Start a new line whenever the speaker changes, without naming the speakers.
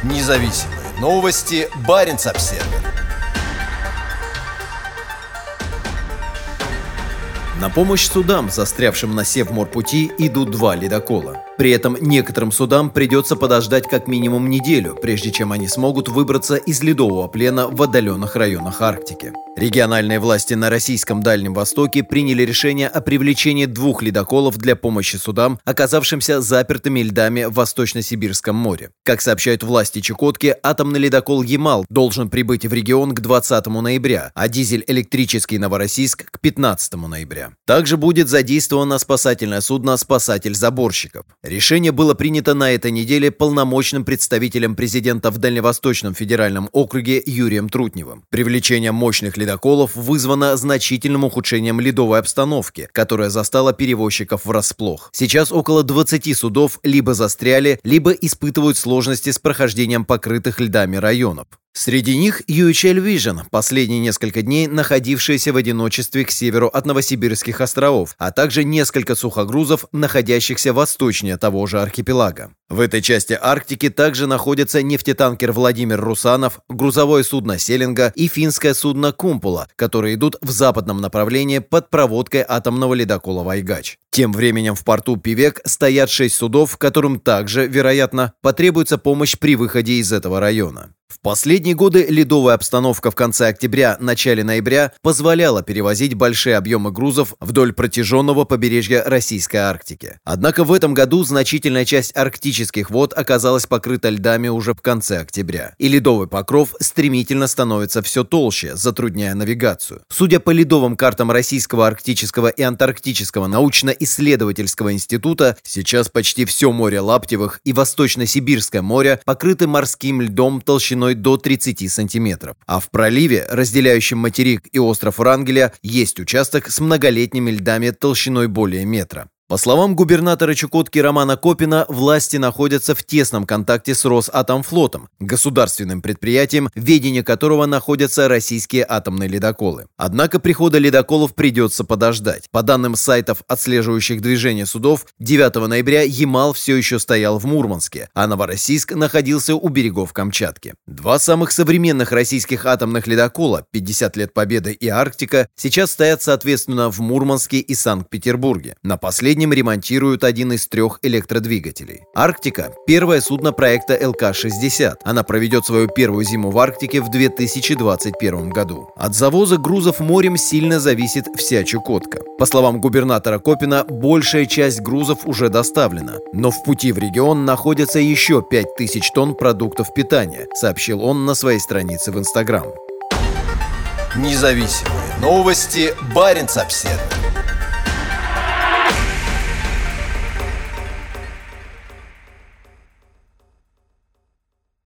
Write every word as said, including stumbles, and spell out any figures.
Независимые новости. Баренц-Обсервер.
На помощь судам, застрявшим на Севморпути, идут два ледокола. При этом некоторым судам придется подождать как минимум неделю, прежде чем они смогут выбраться из ледового плена в отдаленных районах Арктики. Региональные власти на российском Дальнем Востоке приняли решение о привлечении двух ледоколов для помощи судам, оказавшимся запертыми льдами в Восточно-Сибирском море. Как сообщают власти Чукотки, атомный ледокол «Ямал» должен прибыть в регион к двадцатому ноября, а дизель-электрический «Новороссийск» к пятнадцатому ноября. Также будет задействовано спасательное судно «Спасатель заборщиков». Решение было принято на этой неделе полномочным представителем президента в Дальневосточном федеральном округе Юрием Трутневым. Привлечение мощных ледоколов вызвано значительным ухудшением ледовой обстановки, которая застала перевозчиков врасплох. Сейчас около двадцати судов либо застряли, либо испытывают сложности с прохождением покрытых льдами районов. Среди них ю эйч эл Vision, последние несколько дней находившиеся в одиночестве к северу от Новосибирских островов, а также несколько сухогрузов, находящихся восточнее того же архипелага. В этой части Арктики также находятся нефтетанкер «Владимир Русанов», грузовое судно «Селинга» и финское судно «Кумпула», которые идут в западном направлении под проводкой атомного ледокола «Вайгач». Тем временем в порту Певек стоят шесть судов, которым также, вероятно, потребуется помощь при выходе из этого района. В последние годы ледовая обстановка в конце октября – начале ноября позволяла перевозить большие объемы грузов вдоль протяженного побережья Российской Арктики. Однако в этом году значительная часть арктических вод оказалась покрыта льдами уже в конце октября, и ледовый покров стремительно становится все толще, затрудняя навигацию. Судя по ледовым картам Российского арктического и антарктического научно-исследовательского института, сейчас почти все море Лаптевых и Восточно-Сибирское море покрыты морским льдом толщиной до тридцати сантиметров. А в проливе, разделяющем материк и остров Врангеля, есть участок с многолетними льдами толщиной более метра. По словам губернатора Чукотки Романа Копина, власти находятся в тесном контакте с Росатомфлотом, государственным предприятием, в ведении которого находятся российские атомные ледоколы. Однако прихода ледоколов придется подождать. По данным сайтов, отслеживающих движение судов, девятого ноября «Ямал» все еще стоял в Мурманске, а «Новороссийск» находился у берегов Камчатки. Два самых современных российских атомных ледокола «пятьдесят лет Победы» и «Арктика» сейчас стоят соответственно в Мурманске и Санкт-Петербурге. На последнем ремонтируют один из трех электродвигателей. «Арктика» — первое судно проекта эл ка шестьдесят. Она проведет свою первую зиму в Арктике в две тысячи двадцать первом году. От завоза грузов морем сильно зависит вся Чукотка. По словам губернатора Копина, большая часть грузов уже доставлена. Но в пути в регион находятся еще пять тысяч тонн продуктов питания, сообщил он на своей странице в Инстаграм.
Независимые новости. Баренц-Обсервер.